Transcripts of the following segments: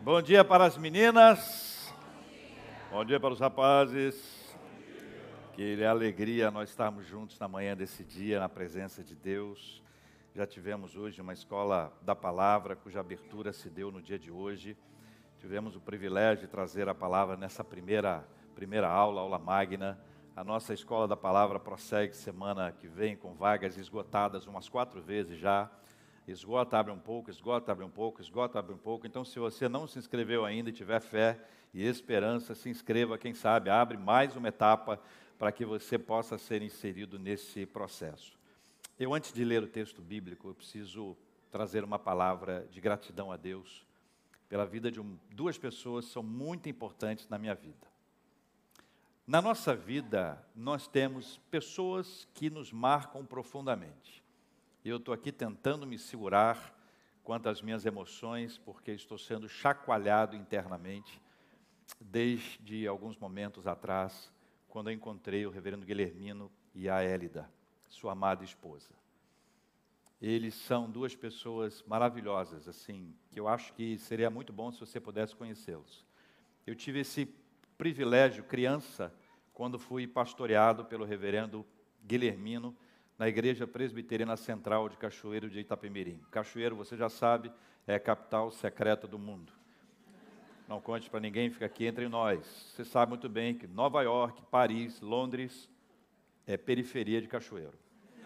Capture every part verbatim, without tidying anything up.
Bom dia para as meninas. Bom dia, Bom dia para os rapazes. Que alegria nós estarmos juntos na manhã desse dia, na presença de Deus. Já tivemos hoje uma escola da palavra, cuja abertura se deu no dia de hoje. Tivemos o privilégio de trazer a palavra nessa primeira, primeira aula, aula magna. A nossa escola da palavra prossegue semana que vem com vagas esgotadas umas quatro vezes já. Esgota, abre um pouco, esgota, abre um pouco, esgota, abre um pouco. Então, se você não se inscreveu ainda e tiver fé e esperança, se inscreva, quem sabe, abre mais uma etapa para que você possa ser inserido nesse processo. Eu, antes de ler o texto bíblico, eu preciso trazer uma palavra de gratidão a Deus pela vida de um, duas pessoas que são muito importantes na minha vida. Na nossa vida, nós temos pessoas que nos marcam profundamente. Eu estou aqui tentando me segurar quanto às minhas emoções, porque estou sendo chacoalhado internamente desde alguns momentos atrás, quando eu encontrei o reverendo Guilhermino e a Élida, sua amada esposa. Eles são duas pessoas maravilhosas, assim, que eu acho que seria muito bom se você pudesse conhecê-los. Eu tive esse privilégio, criança, quando fui pastoreado pelo reverendo Guilhermino, na Igreja Presbiteriana Central de Cachoeiro de Itapemirim. Cachoeiro, você já sabe, é a capital secreta do mundo. Não conte para ninguém, fica aqui entre nós. Você sabe muito bem que Nova York, Paris, Londres, é periferia de Cachoeiro.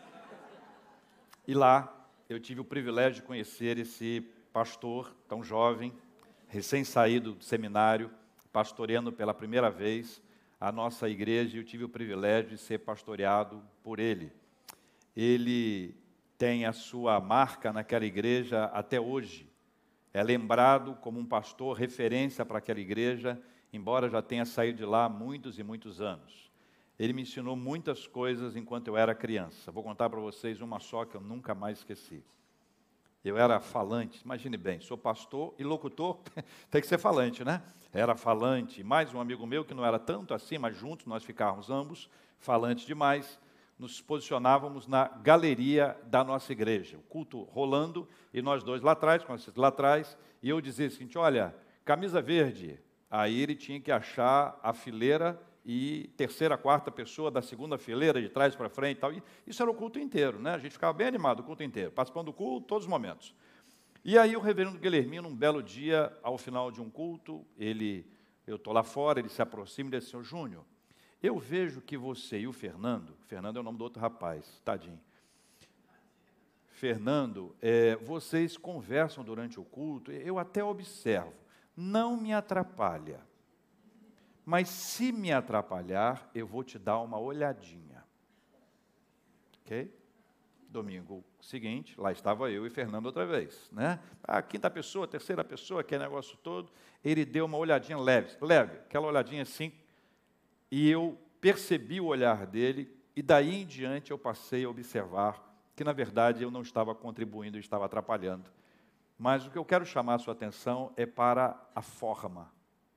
E lá, eu tive o privilégio de conhecer esse pastor tão jovem, recém-saído do seminário, pastoreando pela primeira vez a nossa igreja, e eu tive o privilégio de ser pastoreado por ele. Ele tem a sua marca naquela igreja até hoje. É lembrado como um pastor referência para aquela igreja, embora já tenha saído de lá há muitos e muitos anos. Ele me ensinou muitas coisas enquanto eu era criança. Vou contar para vocês uma só que eu nunca mais esqueci. Eu era falante, imagine bem, sou pastor e locutor, tem que ser falante, né? Era falante, mais um amigo meu que não era tanto assim, mas juntos nós ficávamos ambos falantes demais. Nos posicionávamos na galeria da nossa igreja, o culto rolando, e nós dois lá atrás, com vocês lá atrás, e eu dizia o seguinte, olha, camisa verde. Aí ele tinha que achar a fileira e terceira, quarta pessoa da segunda fileira, de trás para frente e tal. E isso era o culto inteiro, né? A gente ficava bem animado o culto inteiro, participando do culto todos os momentos. E aí o reverendo Guilhermino, um belo dia, ao final de um culto, ele, eu estou lá fora, ele se aproxima e diz assim, Júnior, eu vejo que você e o Fernando, Fernando é o nome do outro rapaz, tadinho. Fernando, é, vocês conversam durante o culto, eu até observo, não me atrapalha, mas se me atrapalhar, eu vou te dar uma olhadinha. Ok? Domingo seguinte, lá estava eu e Fernando outra vez, né? A quinta pessoa, a terceira pessoa, aquele negócio todo, ele deu uma olhadinha leve, leve, aquela olhadinha assim. E eu percebi o olhar dele, e daí em diante eu passei a observar que, na verdade, eu não estava contribuindo, eu estava atrapalhando. Mas o que eu quero chamar a sua atenção é para a forma.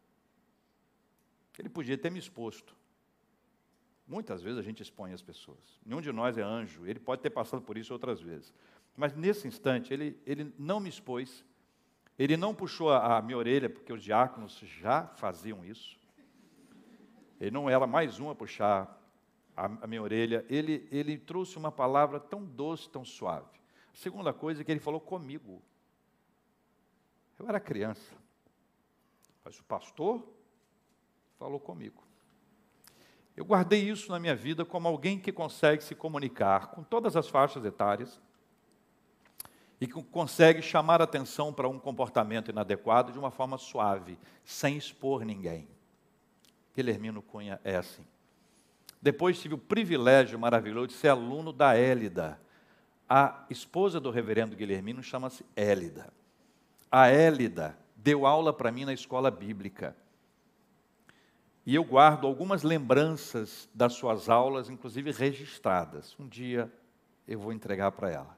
Ele podia ter me exposto. Muitas vezes a gente expõe as pessoas. Nenhum de nós é anjo, ele pode ter passado por isso outras vezes. Mas nesse instante, ele, ele não me expôs, ele não puxou a, a minha orelha, porque os diáconos já faziam isso. Ele não era mais um a puxar a, a minha orelha. Ele, ele trouxe uma palavra tão doce, tão suave. A segunda coisa é que ele falou comigo. Eu era criança. Mas o pastor falou comigo. Eu guardei isso na minha vida como alguém que consegue se comunicar com todas as faixas etárias e que consegue chamar atenção para um comportamento inadequado de uma forma suave, sem expor ninguém. Guilhermino Cunha é assim. Depois tive o privilégio maravilhoso de ser aluno da Élida. A esposa do reverendo Guilhermino chama-se Élida. A Élida deu aula para mim na escola bíblica. E eu guardo algumas lembranças das suas aulas, inclusive registradas. Um dia eu vou entregar para ela.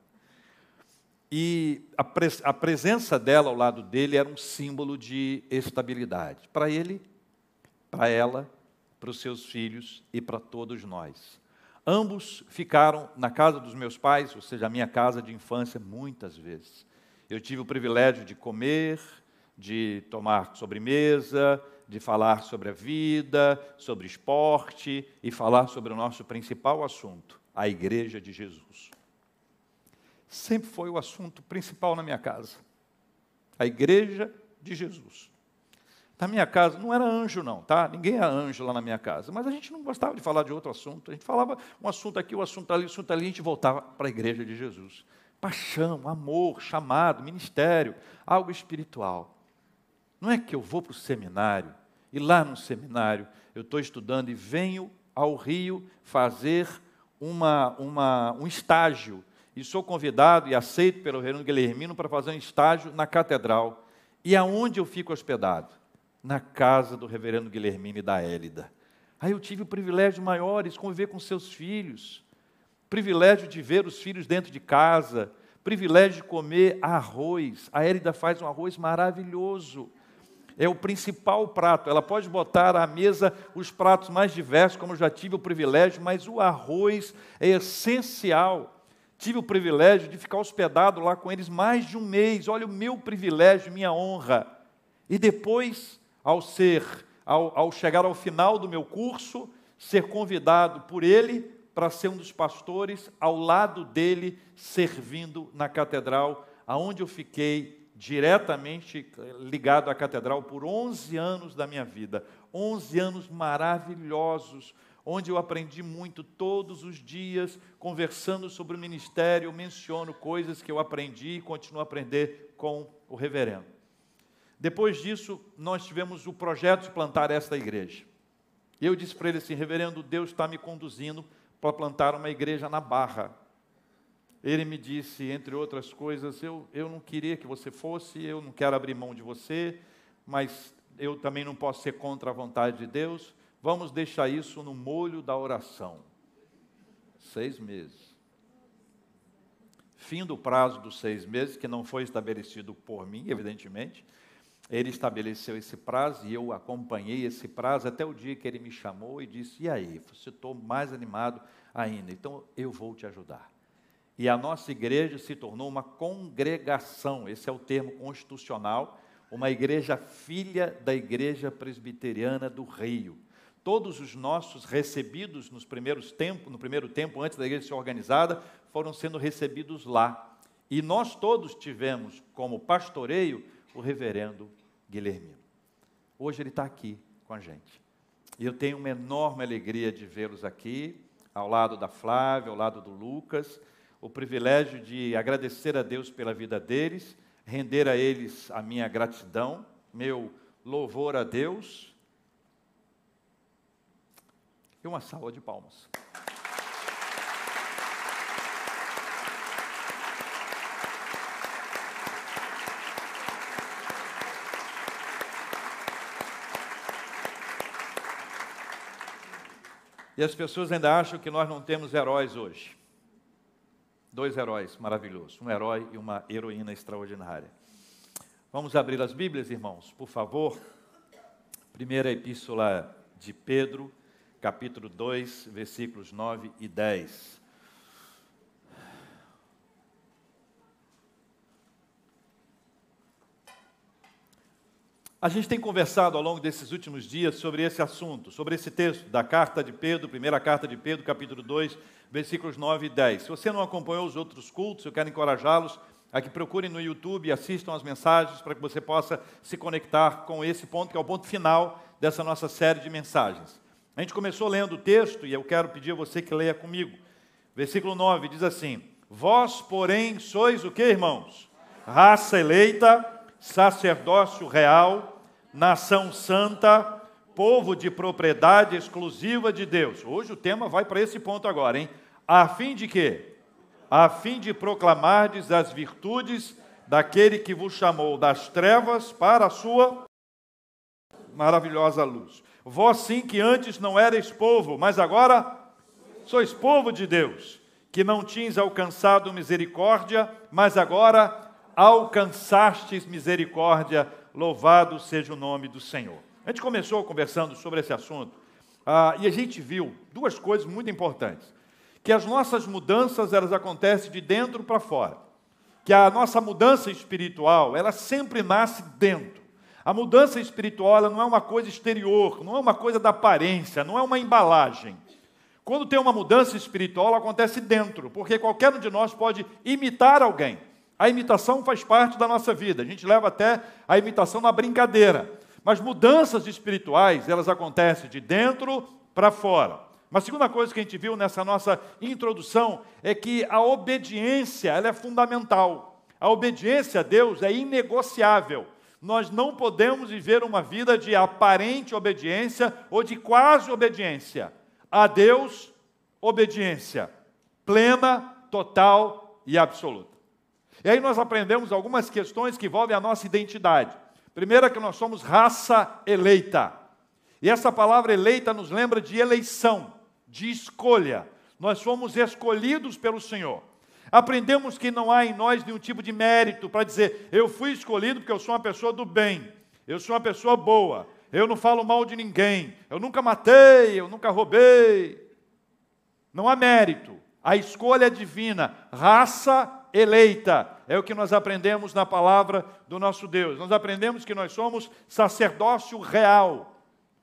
E a, pres- a presença dela ao lado dele era um símbolo de estabilidade. Para ele, para ela, para os seus filhos e para todos nós. Ambos ficaram na casa dos meus pais, ou seja, a minha casa de infância, muitas vezes. Eu tive o privilégio de comer, de tomar sobremesa, de falar sobre a vida, sobre esporte e falar sobre o nosso principal assunto, a Igreja de Jesus. Sempre foi o assunto principal na minha casa, a Igreja de Jesus. Na minha casa, não era anjo não, tá? Ninguém é anjo lá na minha casa, mas a gente não gostava de falar de outro assunto, a gente falava um assunto aqui, um assunto ali, um assunto ali, a gente voltava para a Igreja de Jesus. Paixão, amor, chamado, ministério, algo espiritual. Não é que eu vou para o seminário, e lá no seminário eu estou estudando e venho ao Rio fazer uma, uma, um estágio, e sou convidado e aceito pelo reverendo Guilhermino para fazer um estágio na catedral. E aonde eu fico hospedado? Na casa do reverendo Guilhermino e da Hélida. Aí eu tive o privilégio maior de conviver com seus filhos, privilégio de ver os filhos dentro de casa, privilégio de comer arroz. A Hélida faz um arroz maravilhoso. É o principal prato. Ela pode botar à mesa os pratos mais diversos, como eu já tive o privilégio, mas o arroz é essencial. Tive o privilégio de ficar hospedado lá com eles mais de um mês. Olha o meu privilégio, minha honra. E depois, ao ser, ao, ao chegar ao final do meu curso, ser convidado por ele para ser um dos pastores, ao lado dele, servindo na catedral, aonde eu fiquei diretamente ligado à catedral por onze anos da minha vida. onze anos maravilhosos, onde eu aprendi muito todos os dias, conversando sobre o ministério, eu menciono coisas que eu aprendi e continuo a aprender com o reverendo. Depois disso, nós tivemos o projeto de plantar esta igreja. Eu disse para ele assim, reverendo, Deus está me conduzindo para plantar uma igreja na Barra. Ele me disse, entre outras coisas, eu, eu não queria que você fosse, eu não quero abrir mão de você, mas eu também não posso ser contra a vontade de Deus. Vamos deixar isso no molho da oração. Seis meses. Fim do prazo dos seis meses, que não foi estabelecido por mim, evidentemente. Ele estabeleceu esse prazo e eu acompanhei esse prazo até o dia que ele me chamou e disse, e aí, você estou mais animado ainda, então eu vou te ajudar. E a nossa igreja se tornou uma congregação, esse é o termo constitucional, uma igreja filha da Igreja Presbiteriana do Rio. Todos os nossos recebidos nos primeiros tempos, no primeiro tempo, antes da igreja ser organizada, foram sendo recebidos lá. E nós todos tivemos como pastoreio o reverendo Guilhermino. Hoje ele está aqui com a gente. E eu tenho uma enorme alegria de vê-los aqui, ao lado da Flávia, ao lado do Lucas, o privilégio de agradecer a Deus pela vida deles, render a eles a minha gratidão, meu louvor a Deus. E uma salva de palmas. E as pessoas ainda acham que nós não temos heróis hoje. Dois heróis maravilhosos, um herói e uma heroína extraordinária. Vamos abrir as Bíblias, irmãos, por favor. Primeira Epístola de Pedro, capítulo dois, versículos nove e dez. A gente tem conversado ao longo desses últimos dias sobre esse assunto, sobre esse texto da carta de Pedro, primeira carta de Pedro, capítulo dois, versículos nove e dez. Se você não acompanhou os outros cultos, eu quero encorajá-los a que procurem no YouTube e assistam as mensagens para que você possa se conectar com esse ponto, que é o ponto final dessa nossa série de mensagens. A gente começou lendo o texto e eu quero pedir a você que leia comigo. Versículo nove diz assim, vós, porém, sois o que, irmãos? Raça eleita, sacerdócio real, nação santa, povo de propriedade exclusiva de Deus. Hoje o tema vai para esse ponto agora, hein? A fim de quê? A fim de proclamardes as virtudes daquele que vos chamou das trevas para a sua maravilhosa luz. Vós sim que antes não erais povo, mas agora sois povo de Deus, que não tinhas alcançado misericórdia, mas agora alcançastes misericórdia, louvado seja o nome do Senhor. A gente começou conversando sobre esse assunto, ah, e a gente viu duas coisas muito importantes. Que as nossas mudanças, elas acontecem de dentro para fora. Que a nossa mudança espiritual, ela sempre nasce dentro. A mudança espiritual ela não é uma coisa exterior, não é uma coisa da aparência, não é uma embalagem. Quando tem uma mudança espiritual, ela acontece dentro, porque qualquer um de nós pode imitar alguém. A imitação faz parte da nossa vida, a gente leva até a imitação na brincadeira. Mas mudanças espirituais, elas acontecem de dentro para fora. Uma segunda coisa que a gente viu nessa nossa introdução é que a obediência ela é fundamental. A obediência a Deus é inegociável. Nós não podemos viver uma vida de aparente obediência ou de quase obediência. A Deus, obediência plena, total e absoluta. E aí nós aprendemos algumas questões que envolvem a nossa identidade. Primeiro é que nós somos raça eleita. E essa palavra eleita nos lembra de eleição, de escolha. Nós fomos escolhidos pelo Senhor. Aprendemos que não há em nós nenhum tipo de mérito para dizer, eu fui escolhido porque eu sou uma pessoa do bem, eu sou uma pessoa boa, eu não falo mal de ninguém, eu nunca matei, eu nunca roubei. Não há mérito. A escolha é divina, raça eleita. É o que nós aprendemos na palavra do nosso Deus. Nós aprendemos que nós somos sacerdócio real,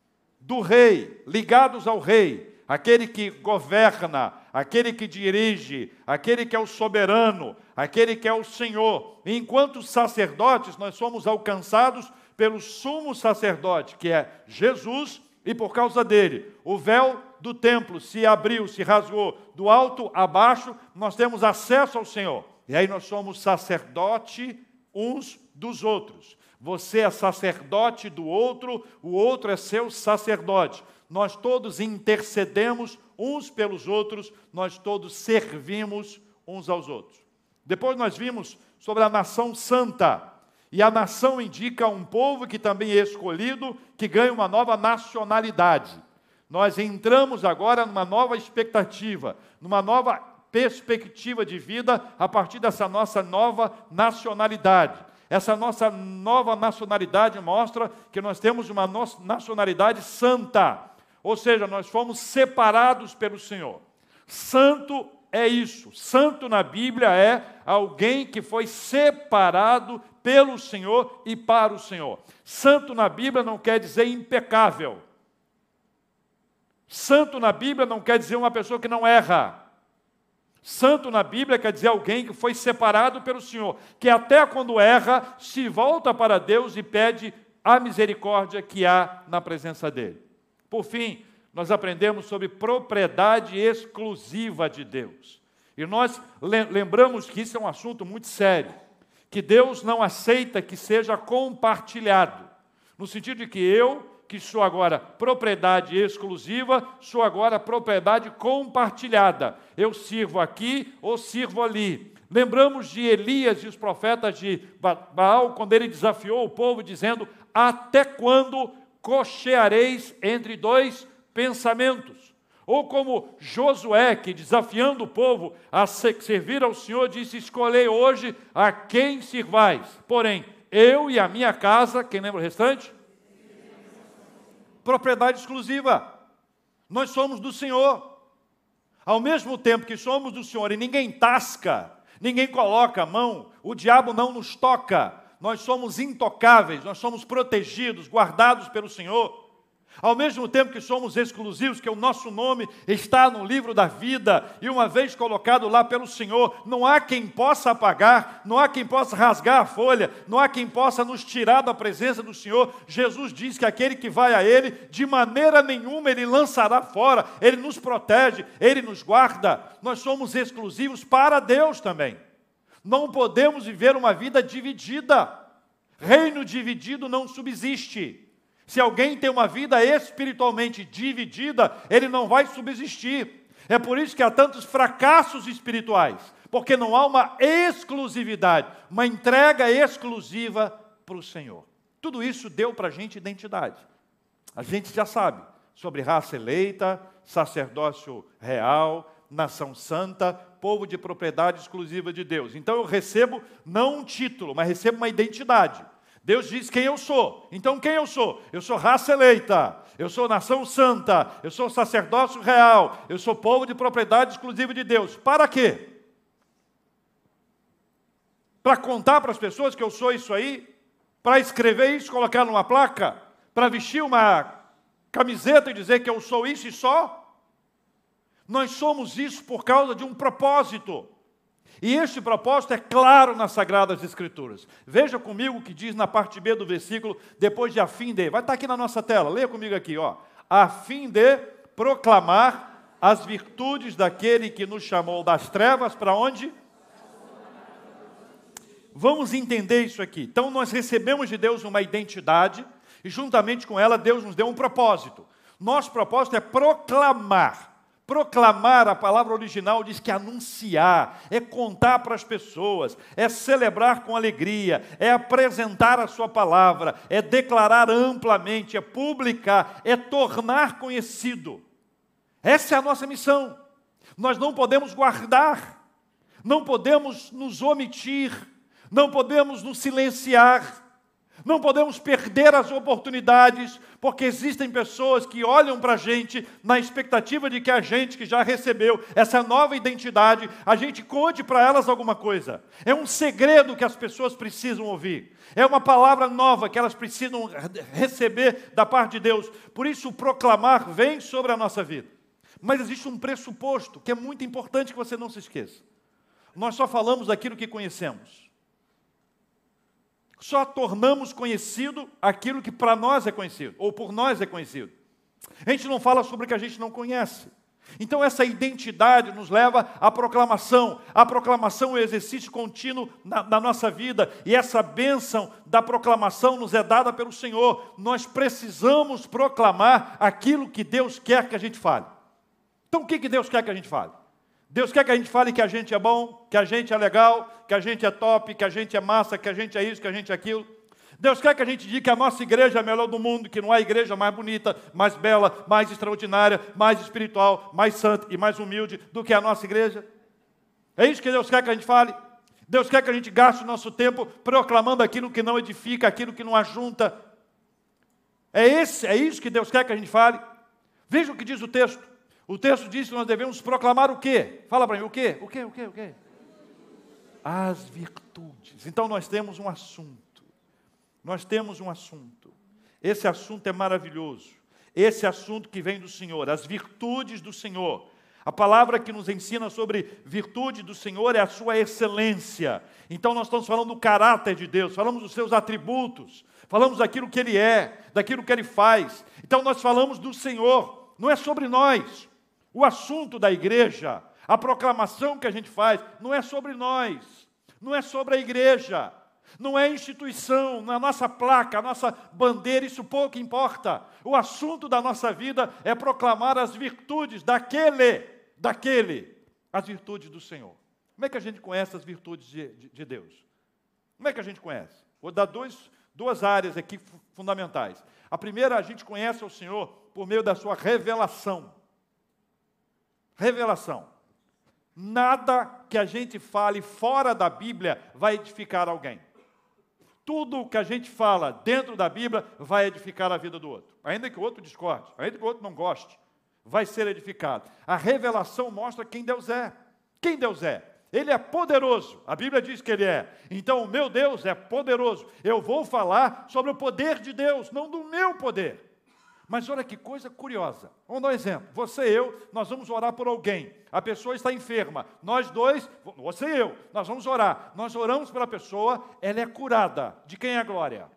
do rei, ligados ao rei. Aquele que governa, aquele que dirige, aquele que é o soberano, aquele que é o Senhor. E enquanto sacerdotes, nós somos alcançados pelo sumo sacerdote, que é Jesus, e por causa dele, o véu do templo se abriu, se rasgou, do alto a baixo, nós temos acesso ao Senhor. E aí nós somos sacerdote uns dos outros. Você é sacerdote do outro, o outro é seu sacerdote. Nós todos intercedemos uns pelos outros, nós todos servimos uns aos outros. Depois nós vimos sobre a nação santa. E a nação indica um povo que também é escolhido, que ganha uma nova nacionalidade. Nós entramos agora numa nova expectativa, numa nova perspectiva de vida a partir dessa nossa nova nacionalidade. Essa nossa nova nacionalidade mostra que nós temos uma nacionalidade santa. Ou seja, nós fomos separados pelo Senhor. Santo é isso. Santo na Bíblia é alguém que foi separado pelo Senhor e para o Senhor. Santo na Bíblia não quer dizer impecável. Santo na Bíblia não quer dizer uma pessoa que não erra. Santo na Bíblia quer dizer alguém que foi separado pelo Senhor, que até quando erra, se volta para Deus e pede a misericórdia que há na presença dele. Por fim, nós aprendemos sobre propriedade exclusiva de Deus. E nós lembramos que isso é um assunto muito sério, que Deus não aceita que seja compartilhado, no sentido de que eu, que sou agora propriedade exclusiva, sou agora propriedade compartilhada. Eu sirvo aqui ou sirvo ali. Lembramos de Elias e os profetas de Baal, quando ele desafiou o povo, dizendo, até quando cocheareis entre dois pensamentos? Ou como Josué, que desafiando o povo a servir ao Senhor, disse, escolhei hoje a quem sirvais. Porém, eu e a minha casa, quem lembra o restante? Propriedade exclusiva. Nós somos do Senhor. Ao mesmo tempo que somos do Senhor e ninguém tasca, ninguém coloca a mão, o diabo não nos toca. Nós somos intocáveis, nós somos protegidos, guardados pelo Senhor. Ao mesmo tempo que somos exclusivos, que o nosso nome está no livro da vida, e uma vez colocado lá pelo Senhor, não há quem possa apagar, não há quem possa rasgar a folha, não há quem possa nos tirar da presença do Senhor. Jesus diz que aquele que vai a Ele, de maneira nenhuma Ele lançará fora, Ele nos protege, Ele nos guarda. Nós somos exclusivos para Deus também. Não podemos viver uma vida dividida. Reino dividido não subsiste. Se alguém tem uma vida espiritualmente dividida, ele não vai subsistir. É por isso que há tantos fracassos espirituais, porque não há uma exclusividade, uma entrega exclusiva para o Senhor. Tudo isso deu para a gente identidade. A gente já sabe sobre raça eleita, sacerdócio real, nação santa, povo de propriedade exclusiva de Deus. Então eu recebo não um título, mas recebo uma identidade. Deus diz quem eu sou. Então quem eu sou? Eu sou raça eleita, eu sou nação santa, eu sou sacerdócio real, eu sou povo de propriedade exclusiva de Deus. Para quê? Para contar para as pessoas que eu sou isso aí? Para escrever isso, colocar numa placa? Para vestir uma camiseta e dizer que eu sou isso e só? Nós somos isso por causa de um propósito. E este propósito é claro nas Sagradas Escrituras. Veja comigo o que diz na parte B do versículo, depois de a fim de. Vai estar aqui na nossa tela, leia comigo aqui, ó. A fim de proclamar as virtudes daquele que nos chamou das trevas para onde? Vamos entender isso aqui. Então nós recebemos de Deus uma identidade e juntamente com ela Deus nos deu um propósito. Nosso propósito é proclamar. Proclamar, a palavra original diz que anunciar, é contar para as pessoas, é celebrar com alegria, é apresentar a sua palavra, é declarar amplamente, é publicar, é tornar conhecido. Essa é a nossa missão. Nós não podemos guardar, não podemos nos omitir, não podemos nos silenciar, não podemos perder as oportunidades, porque existem pessoas que olham para a gente na expectativa de que a gente que já recebeu essa nova identidade, a gente conte para elas alguma coisa. É um segredo que as pessoas precisam ouvir. É uma palavra nova que elas precisam receber da parte de Deus. Por isso, o proclamar vem sobre a nossa vida. Mas existe um pressuposto que é muito importante que você não se esqueça. Nós só falamos daquilo que conhecemos. Só tornamos conhecido aquilo que para nós é conhecido, ou por nós é conhecido. A gente não fala sobre o que a gente não conhece. Então essa identidade nos leva à proclamação. A proclamação é um exercício contínuo na, na nossa vida. E essa bênção da proclamação nos é dada pelo Senhor. Nós precisamos proclamar aquilo que Deus quer que a gente fale. Então o que, que Deus quer que a gente fale? Deus quer que a gente fale que a gente é bom, que a gente é legal, que a gente é top, que a gente é massa, que a gente é isso, que a gente é aquilo. Deus quer que a gente diga que a nossa igreja é a melhor do mundo, que não há igreja mais bonita, mais bela, mais extraordinária, mais espiritual, mais santa e mais humilde do que a nossa igreja. É isso que Deus quer que a gente fale. Deus quer que a gente gaste o nosso tempo proclamando aquilo que não edifica, aquilo que não ajunta. É, esse, é isso que Deus quer que a gente fale. Veja o que diz o texto. O texto diz que nós devemos proclamar o quê? Fala para mim, o quê? O quê? O quê? O quê? As virtudes. Então nós temos um assunto. Nós temos um assunto. Esse assunto é maravilhoso. Esse assunto que vem do Senhor, as virtudes do Senhor. A palavra que nos ensina sobre virtude do Senhor é a sua excelência. Então nós estamos falando do caráter de Deus, falamos dos seus atributos, falamos daquilo que Ele é, daquilo que Ele faz. Então nós falamos do Senhor, não é sobre nós. O assunto da igreja, a proclamação que a gente faz, não é sobre nós, não é sobre a igreja, não é instituição, não é a nossa placa, a nossa bandeira, isso pouco importa. O assunto da nossa vida é proclamar as virtudes daquele, daquele, as virtudes do Senhor. Como é que a gente conhece as virtudes de, de, de Deus? Como é que a gente conhece? Vou dar dois, duas áreas aqui fundamentais. A primeira, a gente conhece o Senhor por meio da sua revelação. Revelação. Nada que a gente fale fora da Bíblia vai edificar alguém. Tudo que a gente fala dentro da Bíblia vai edificar a vida do outro. Ainda que o outro discorde, ainda que o outro não goste, vai ser edificado. A revelação mostra quem Deus é. Quem Deus é? Ele é poderoso. A Bíblia diz que Ele é. Então o meu Deus é poderoso. Eu vou falar sobre o poder de Deus, não do meu poder. Mas olha que coisa curiosa. Vamos dar um exemplo. Você e eu, nós vamos orar por alguém. A pessoa está enferma. Nós dois, você e eu, nós vamos orar. Nós oramos pela pessoa, ela é curada. De quem é a glória?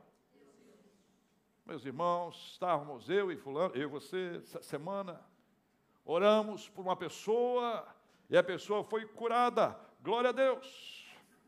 Meus irmãos, estávamos eu e fulano, eu e você, essa semana, oramos por uma pessoa e a pessoa foi curada. Glória a Deus.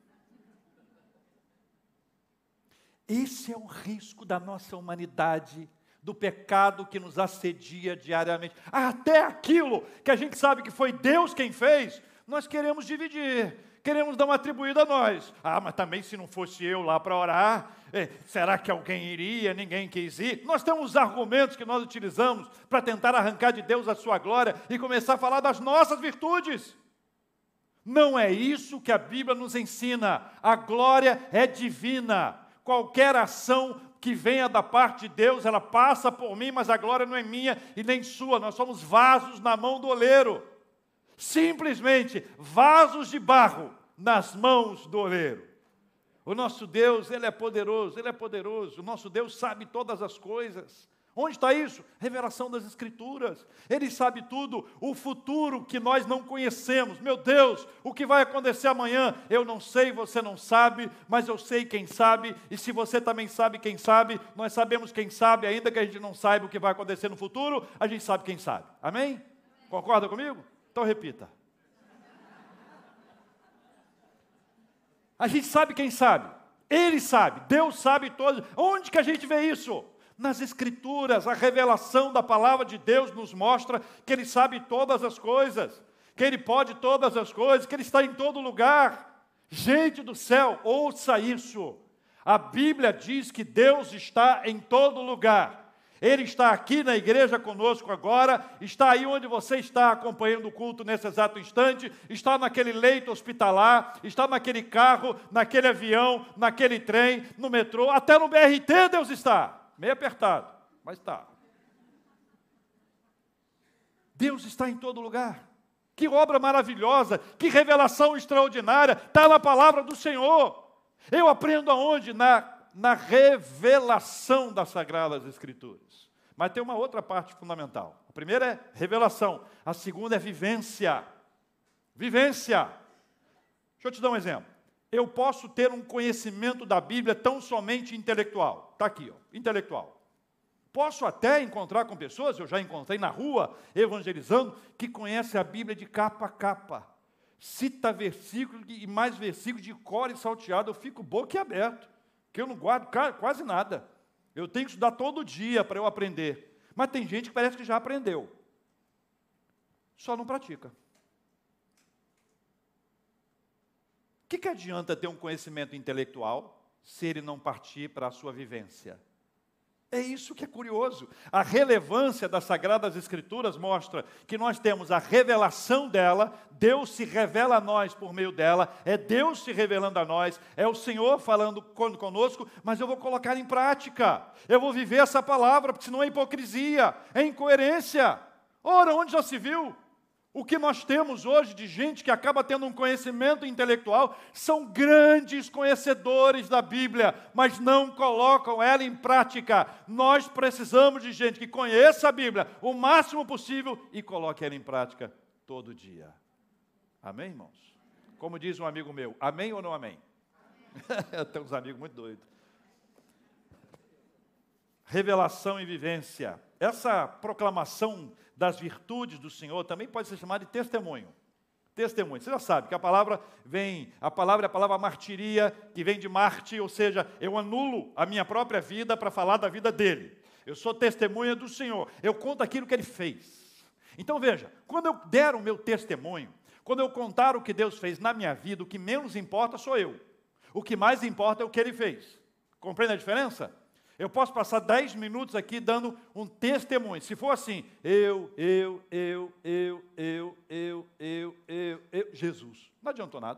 Esse é o risco da nossa humanidade, do pecado que nos assedia diariamente. Até aquilo que a gente sabe que foi Deus quem fez, nós queremos dividir, queremos dar uma atribuída a nós. Ah, mas também se não fosse eu lá para orar, eh, será que alguém iria? Ninguém quis ir. Nós temos os argumentos que nós utilizamos para tentar arrancar de Deus a sua glória e começar a falar das nossas virtudes. Não é isso que a Bíblia nos ensina. A glória é divina. Qualquer ação que venha da parte de Deus, ela passa por mim, mas a glória não é minha e nem sua. Nós somos vasos na mão do oleiro. Simplesmente vasos de barro nas mãos do oleiro. O nosso Deus, Ele é poderoso, Ele é poderoso. O nosso Deus sabe todas as coisas. Onde está isso? Revelação das Escrituras. Ele sabe tudo, o futuro que nós não conhecemos. Meu Deus, o que vai acontecer amanhã? Eu não sei, você não sabe, mas eu sei quem sabe. E se você também sabe quem sabe, nós sabemos quem sabe, ainda que a gente não saiba o que vai acontecer no futuro, a gente sabe quem sabe. Amém? Concorda comigo? Então repita. A gente sabe quem sabe. Ele sabe, Deus sabe todos. Onde que a gente vê isso? Nas Escrituras. A revelação da palavra de Deus nos mostra que Ele sabe todas as coisas, que Ele pode todas as coisas, que Ele está em todo lugar. Gente do céu, ouça isso. A Bíblia diz que Deus está em todo lugar. Ele está aqui na igreja conosco agora, está aí onde você está acompanhando o culto nesse exato instante, está naquele leito hospitalar, está naquele carro, naquele avião, naquele trem, no metrô, até no B R T Deus está. Meio apertado, mas está. Deus está em todo lugar. Que obra maravilhosa, que revelação extraordinária, está na palavra do Senhor. Eu aprendo aonde? Na, na revelação das Sagradas Escrituras. Mas tem uma outra parte fundamental. A primeira é revelação, a segunda é vivência. Vivência. Deixa eu te dar um exemplo. Eu posso ter um conhecimento da Bíblia tão somente intelectual. Está aqui, ó, intelectual. Posso até encontrar com pessoas, eu já encontrei na rua, evangelizando, que conhecem a Bíblia de capa a capa. Cita versículo e mais versículos de cor e salteado, eu fico boquiaberto, porque eu não guardo quase nada. Eu tenho que estudar todo dia para eu aprender. Mas tem gente que parece que já aprendeu. Só não pratica. O que, que adianta ter um conhecimento intelectual se ele não partir para a sua vivência? É isso que é curioso. A relevância das Sagradas Escrituras mostra que nós temos a revelação dela, Deus se revela a nós por meio dela, é Deus se revelando a nós, é o Senhor falando conosco, mas eu vou colocar em prática, eu vou viver essa palavra, porque senão é hipocrisia, é incoerência. Ora, onde já se viu? O que nós temos hoje de gente que acaba tendo um conhecimento intelectual são grandes conhecedores da Bíblia, mas não colocam ela em prática. Nós precisamos de gente que conheça a Bíblia o máximo possível e coloque ela em prática todo dia. Amém, irmãos? Como diz um amigo meu, amém ou não amém? Eu tenho uns amigos muito doidos. Revelação e vivência. Essa proclamação das virtudes do Senhor também pode ser chamada de testemunho. Testemunho. Você já sabe que a palavra vem, a palavra é a palavra martiria, que vem de Marte, ou seja, eu anulo a minha própria vida para falar da vida dele. Eu sou testemunha do Senhor. Eu conto aquilo que ele fez. Então veja, quando eu der o meu testemunho, quando eu contar o que Deus fez na minha vida, o que menos importa sou eu. O que mais importa é o que ele fez. Compreende a diferença? Eu posso passar dez minutos aqui dando um testemunho. Se for assim, eu, eu, eu, eu, eu, eu, eu, eu, eu, Jesus. Não adiantou nada.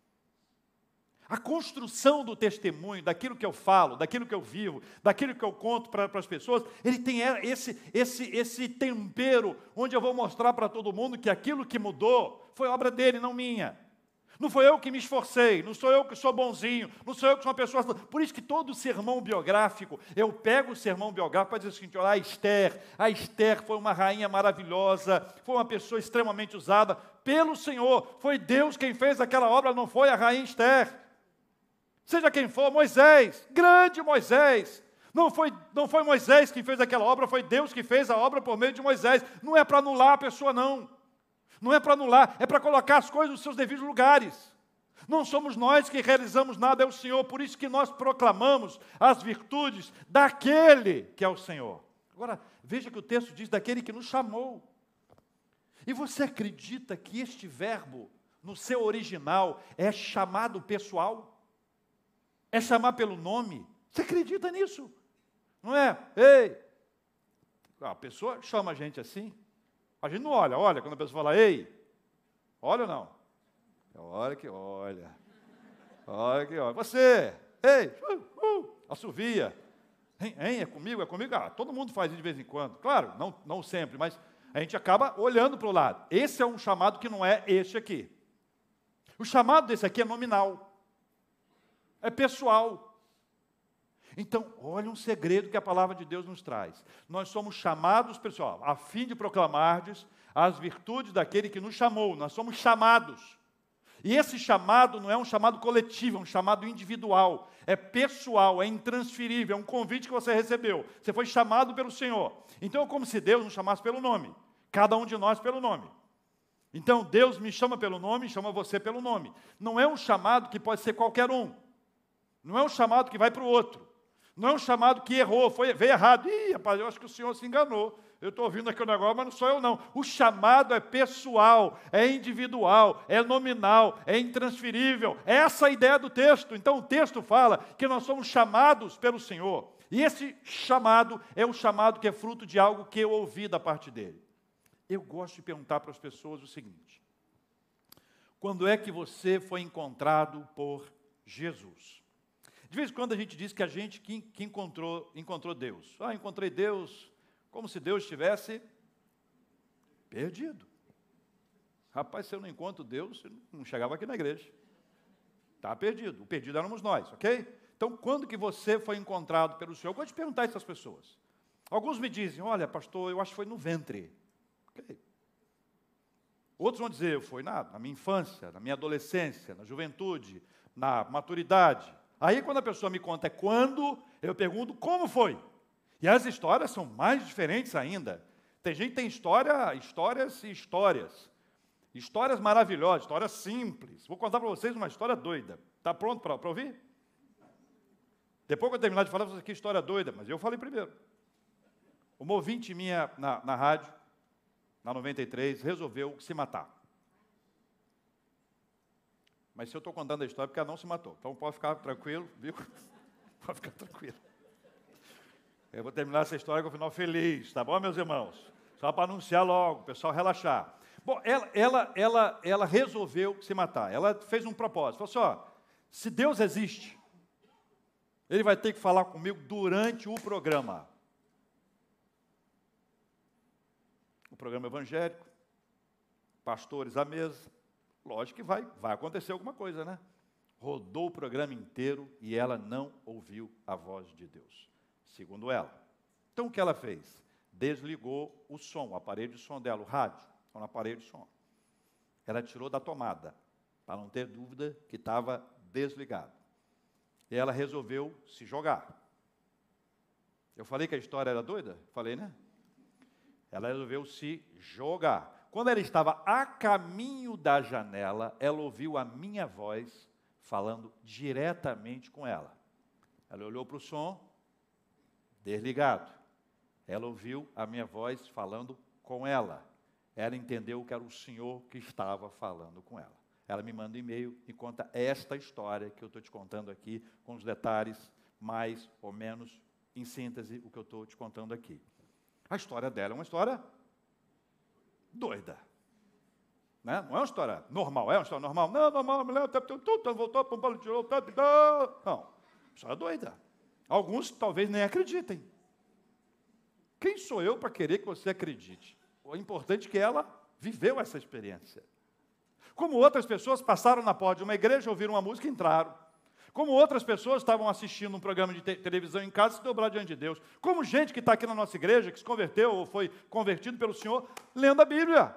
A construção do testemunho, daquilo que eu falo, daquilo que eu vivo, daquilo que eu conto para as pessoas, ele tem esse, esse, esse tempero, onde eu vou mostrar para todo mundo que aquilo que mudou foi obra dele, não minha. Não foi eu que me esforcei, não sou eu que sou bonzinho, não sou eu que sou uma pessoa... Por isso que todo sermão biográfico, eu pego o sermão biográfico para dizer o seguinte, olha, a Esther, a Esther foi uma rainha maravilhosa, foi uma pessoa extremamente usada pelo Senhor, foi Deus quem fez aquela obra, não foi a rainha Esther. Seja quem for, Moisés, grande Moisés, não foi, não foi Moisés quem fez aquela obra, foi Deus que fez a obra por meio de Moisés. Não é para anular a pessoa, não. Não é para anular, é para colocar as coisas nos seus devidos lugares. Não somos nós que realizamos nada, é o Senhor. Por isso que nós proclamamos as virtudes daquele que é o Senhor. Agora, veja que o texto diz daquele que nos chamou. E você acredita que este verbo, no seu original, é chamado pessoal? É chamar pelo nome? Você acredita nisso? Não é? Ei! A pessoa chama a gente assim. A gente não olha, olha, quando a pessoa fala, ei, olha ou não? Olha que olha, olha que olha. Você, ei, uh, uh, assovia. Hein, hein, é comigo, é comigo? Ah, todo mundo faz isso de vez em quando. Claro, não, não sempre, mas a gente acaba olhando para o lado. Esse é um chamado que não é este aqui. O chamado desse aqui é nominal. é pessoal. Então, olha um segredo que a palavra de Deus nos traz. Nós somos chamados, pessoal, a fim de proclamardes as virtudes daquele que nos chamou. Nós somos chamados. E esse chamado não é um chamado coletivo, é um chamado individual. É pessoal, é intransferível, é um convite que você recebeu. Você foi chamado pelo Senhor. Então, é como se Deus nos chamasse pelo nome. Cada um de nós pelo nome. Então, Deus me chama pelo nome e chama você pelo nome. Não é um chamado que pode ser qualquer um. Não é um chamado que vai para o outro. Não é um chamado que errou, foi, veio errado. Ih, rapaz, eu acho que o senhor se enganou. Eu estou ouvindo aqui o negócio, mas não sou eu não. O chamado é pessoal, é individual, é nominal, é intransferível. É essa a ideia do texto. Então o texto fala que nós somos chamados pelo Senhor. E esse chamado é um chamado que é fruto de algo que eu ouvi da parte dele. Eu gosto de perguntar para as pessoas o seguinte: quando é que você foi encontrado por Jesus? De vez em quando a gente diz que a gente que, que encontrou, encontrou Deus. Ah, encontrei Deus, como se Deus estivesse perdido. Rapaz, se eu não encontro Deus, eu não chegava aqui na igreja. Está perdido. O perdido éramos nós, ok? Então, quando que você foi encontrado pelo Senhor? Eu gosto de perguntar isso às pessoas. Alguns me dizem, olha, pastor, eu acho que foi no ventre. Ok. Outros vão dizer, foi na, na minha infância, na minha adolescência, na juventude, na maturidade. Aí, quando a pessoa me conta quando, eu pergunto como foi. E as histórias são mais diferentes ainda. Tem gente que tem história, histórias e histórias. Histórias maravilhosas, histórias simples. Vou contar para vocês uma história doida. Está pronto para ouvir? Depois que eu terminar de falar, vocês que história doida, mas eu falei primeiro. Uma ouvinte minha na, na rádio, na noventa e três, resolveu se matar. Mas se eu estou contando a história, é porque ela não se matou. Então pode ficar tranquilo, viu? Pode ficar tranquilo. Eu vou terminar essa história com o final feliz, tá bom, meus irmãos? Só para anunciar logo, o pessoal relaxar. Bom, ela, ela, ela, ela resolveu se matar. Ela fez um propósito. Falou assim, ó, se Deus existe, Ele vai ter que falar comigo durante o programa. O programa evangélico, pastores à mesa. Lógico que vai, vai acontecer alguma coisa, né? Rodou o programa inteiro e ela não ouviu a voz de Deus, segundo ela. Então, o que ela fez? Desligou o som, o aparelho de som dela, o rádio, ou no aparelho de som. Ela tirou da tomada, para não ter dúvida que estava desligado. E ela resolveu se jogar. Eu falei que a história era doida? Falei, né? Ela resolveu se jogar. Quando ela estava a caminho da janela, ela ouviu a minha voz falando diretamente com ela. Ela olhou para o som, desligado. Ela ouviu a minha voz falando com ela. Ela entendeu que era o Senhor que estava falando com ela. Ela me manda um e-mail e conta esta história que eu estou te contando aqui, com os detalhes mais ou menos, em síntese, o que eu estou te contando aqui. A história dela é uma história doida. Né? Não é uma história normal, é uma história normal. Não, normal, tudo voltou para um palo de tirou, não. História doida. Alguns talvez nem acreditem. Quem sou eu para querer que você acredite? O importante é que ela viveu essa experiência. Como outras pessoas passaram na porta de uma igreja, ouviram uma música e entraram. Como outras pessoas estavam assistindo um programa de te- televisão em casa e se dobraram diante de Deus. Como gente que está aqui na nossa igreja, que se converteu ou foi convertido pelo Senhor, lendo a Bíblia.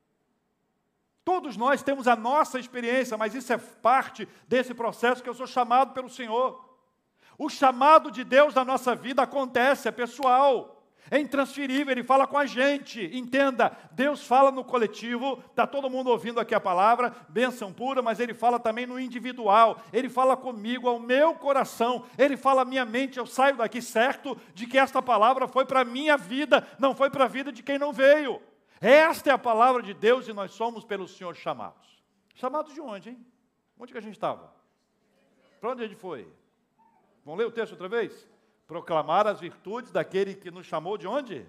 Todos nós temos a nossa experiência, mas isso é parte desse processo que eu sou chamado pelo Senhor. O chamado de Deus na nossa vida acontece, é pessoal. É intransferível, Ele fala com a gente. Entenda, Deus fala no coletivo, está todo mundo ouvindo aqui a palavra, bênção pura, mas Ele fala também no individual. Ele fala comigo, ao meu coração. Ele fala à minha mente, eu saio daqui certo de que esta palavra foi para a minha vida, não foi para a vida de quem não veio. Esta é a palavra de Deus e nós somos pelo Senhor chamados. Chamados de onde, hein? Onde que a gente estava? Para onde a gente foi? Vamos ler o texto outra vez? Proclamar as virtudes daquele que nos chamou de onde?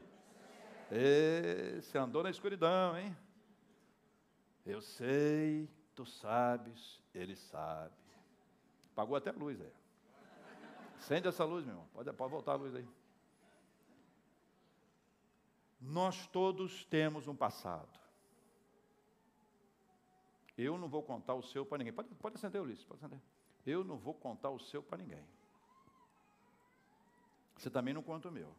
Você andou na escuridão, hein? Eu sei, tu sabes, ele sabe. Apagou até a luz aí. Acende essa luz, meu irmão. Pode, pode voltar a luz aí. Nós todos temos um passado. Eu não vou contar o seu para ninguém. Pode, pode acender, Ulisses, pode acender. eu não vou contar o seu para ninguém. Você também não conta o meu.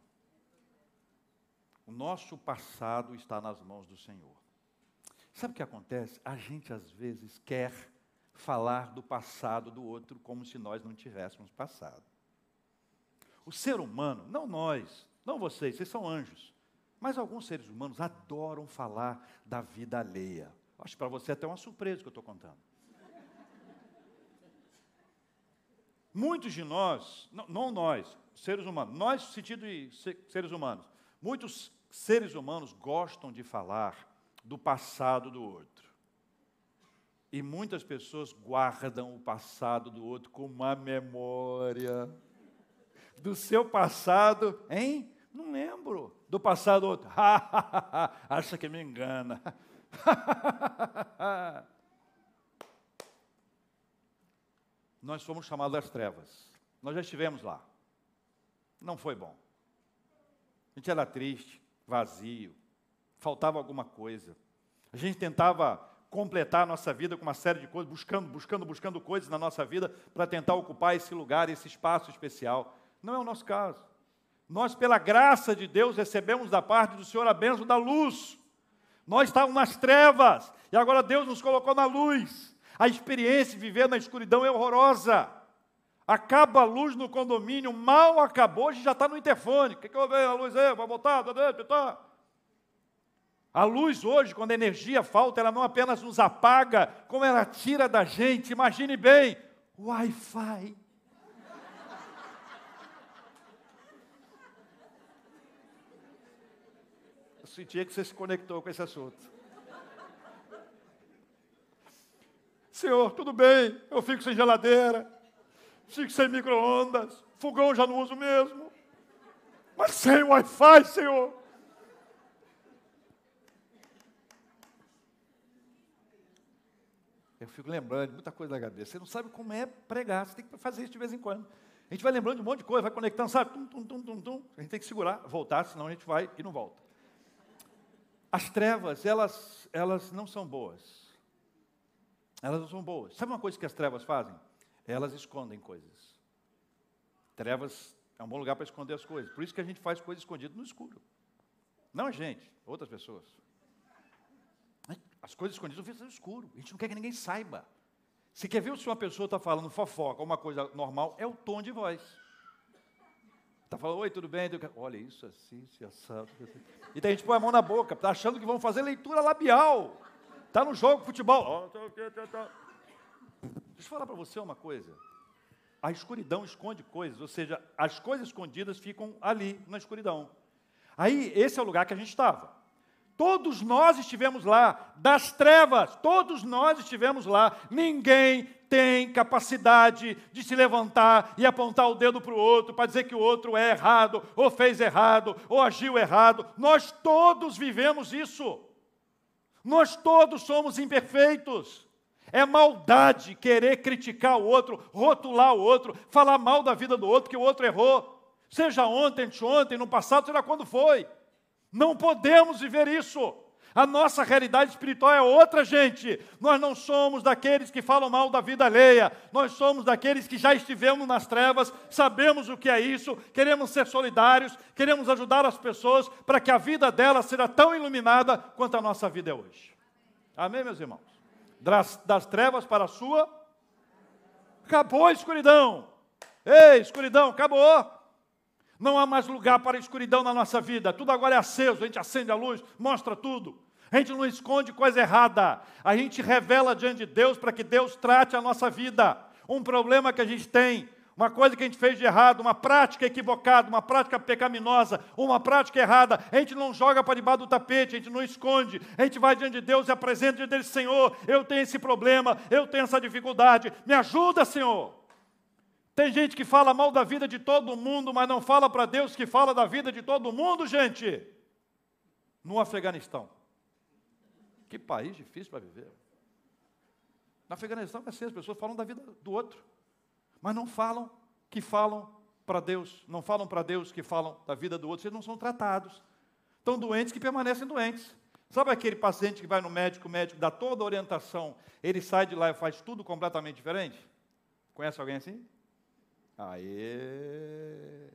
O nosso passado está nas mãos do Senhor. Sabe o que acontece? A gente às vezes quer falar do passado do outro como se nós não tivéssemos passado. O ser humano, não nós, não vocês, vocês são anjos, mas alguns seres humanos adoram falar da vida alheia. Acho que para você até uma surpresa que eu estou contando. Muitos de nós, não, não nós, seres humanos, nós no sentido de seres humanos, muitos seres humanos gostam de falar do passado do outro. E muitas pessoas guardam o passado do outro com uma memória. Do seu passado, hein? Não lembro. Do passado do outro. Acha que me engana. Nós fomos chamados das trevas. Nós já estivemos lá. Não foi bom. A gente era triste, vazio, faltava alguma coisa. A gente tentava completar a nossa vida com uma série de coisas, buscando, buscando, buscando coisas na nossa vida para tentar ocupar esse lugar, esse espaço especial. Não é o nosso caso. Nós, pela graça de Deus, recebemos da parte do Senhor a bênção da luz. Nós estávamos nas trevas e agora Deus nos colocou na luz. A experiência de viver na escuridão é horrorosa. Acaba a luz no condomínio, mal acabou, a gente já está no interfone. O que, que eu vejo? A luz é, vai voltar, tá? A luz hoje, quando a energia falta, ela não apenas nos apaga, como ela tira da gente. Imagine bem, Wi-Fi. Eu sentia que você se conectou com esse assunto. Senhor, tudo bem, eu fico sem geladeira, fico sem micro-ondas, fogão já não uso mesmo, mas sem Wi-Fi, Senhor. Eu fico lembrando de muita coisa na cabeça. Você não sabe como é pregar, você tem que fazer isso de vez em quando. A gente vai lembrando de um monte de coisa, vai conectando, sabe? Tum, tum, tum, tum, tum. A gente tem que segurar, voltar, senão a gente vai e não volta. As trevas, elas, elas não são boas. Elas não são boas. Sabe uma coisa que as trevas fazem? Elas escondem coisas. Trevas é um bom lugar para esconder as coisas. Por isso que a gente faz coisas escondidas no escuro. Não a gente, outras pessoas. As coisas escondidas ficam no escuro. A gente não quer que ninguém saiba. Se quer ver se uma pessoa está falando fofoca ou uma coisa normal, é o tom de voz. Está falando, oi, tudo bem? Olha isso assim, se assado. E daí a gente põe a mão na boca, está achando que vão fazer leitura labial. Está no jogo de futebol. Deixa eu falar para você uma coisa. A escuridão esconde coisas, ou seja, as coisas escondidas ficam ali, na escuridão. Aí, esse é o lugar que a gente estava. Todos nós estivemos lá, das trevas, todos nós estivemos lá. Ninguém tem capacidade de se levantar e apontar o dedo para o outro, para dizer que o outro é errado, ou fez errado, ou agiu errado. Nós todos vivemos isso. Nós todos somos imperfeitos. É maldade querer criticar o outro, rotular o outro, falar mal da vida do outro, que o outro errou. Seja ontem, anteontem, no passado, seja quando foi. Não podemos viver isso. A nossa realidade espiritual é outra, gente. Nós não somos daqueles que falam mal da vida alheia. Nós somos daqueles que já estivemos nas trevas, sabemos o que é isso, queremos ser solidários, queremos ajudar as pessoas para que a vida delas seja tão iluminada quanto a nossa vida é hoje. Amém, meus irmãos? Das, das trevas para a sua... Acabou a escuridão. Ei, escuridão, acabou. Não há mais lugar para a escuridão na nossa vida. Tudo agora é aceso, a gente acende a luz, mostra tudo. A gente não esconde coisa errada. A gente revela diante de Deus para que Deus trate a nossa vida. Um problema que a gente tem, uma coisa que a gente fez de errado, uma prática equivocada, uma prática pecaminosa, uma prática errada, a gente não joga para debaixo do tapete, a gente não esconde. A gente vai diante de Deus e apresenta diante dele, Senhor, eu tenho esse problema, eu tenho essa dificuldade, me ajuda, Senhor. Tem gente que fala mal da vida de todo mundo, mas não fala para Deus que fala da vida de todo mundo, gente. No Afeganistão. Que país difícil para viver. No Afeganistão é assim, as pessoas falam da vida do outro, mas não falam que falam para Deus, não falam para Deus que falam da vida do outro, eles não são tratados. Estão doentes que permanecem doentes. Sabe aquele paciente que vai no médico, o médico dá toda a orientação, ele sai de lá e faz tudo completamente diferente? Conhece alguém assim? Aê!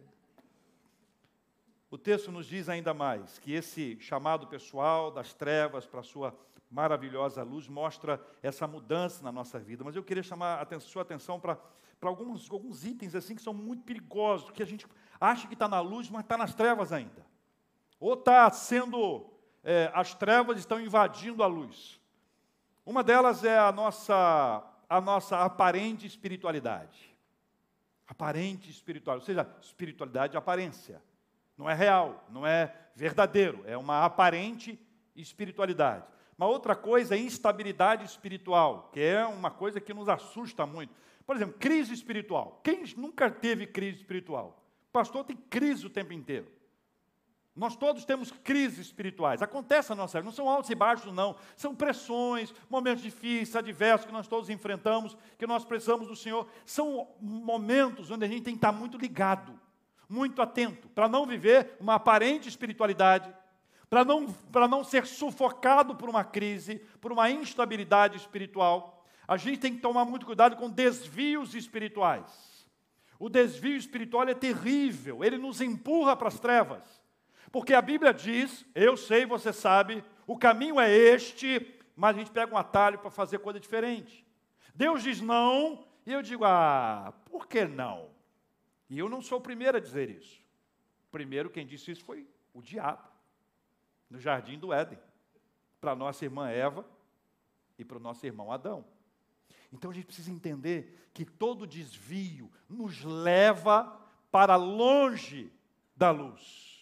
O texto nos diz ainda mais, que esse chamado pessoal das trevas para a sua maravilhosa luz mostra essa mudança na nossa vida. Mas eu queria chamar a sua atenção para, para alguns, alguns itens assim que são muito perigosos, que a gente acha que está na luz, mas está nas trevas ainda. Ou está sendo, é, as trevas estão invadindo a luz. Uma delas é a nossa, a nossa aparente espiritualidade. Aparente espiritualidade, ou seja, espiritualidade de aparência. Não é real, não é verdadeiro, é uma aparente espiritualidade. Uma outra coisa é instabilidade espiritual, que é uma coisa que nos assusta muito. Por exemplo, crise espiritual. Quem nunca teve crise espiritual? O pastor tem crise o tempo inteiro. Nós todos temos crises espirituais. Acontece na nossa vida, não são altos e baixos, não. São pressões, momentos difíceis, adversos que nós todos enfrentamos, que nós precisamos do Senhor. São momentos onde a gente tem que estar muito ligado, muito atento, para não viver uma aparente espiritualidade, para não, para não ser sufocado por uma crise, por uma instabilidade espiritual. A gente tem que tomar muito cuidado com desvios espirituais. O desvio espiritual é terrível, ele nos empurra para as trevas. Porque a Bíblia diz, eu sei, você sabe, o caminho é este, mas a gente pega um atalho para fazer coisa diferente. Deus diz não, e eu digo, ah, por que não? E eu não sou o primeiro a dizer isso. Primeiro quem disse isso foi o diabo, no jardim do Éden, para a nossa irmã Eva e para o nosso irmão Adão. Então a gente precisa entender que todo desvio nos leva para longe da luz.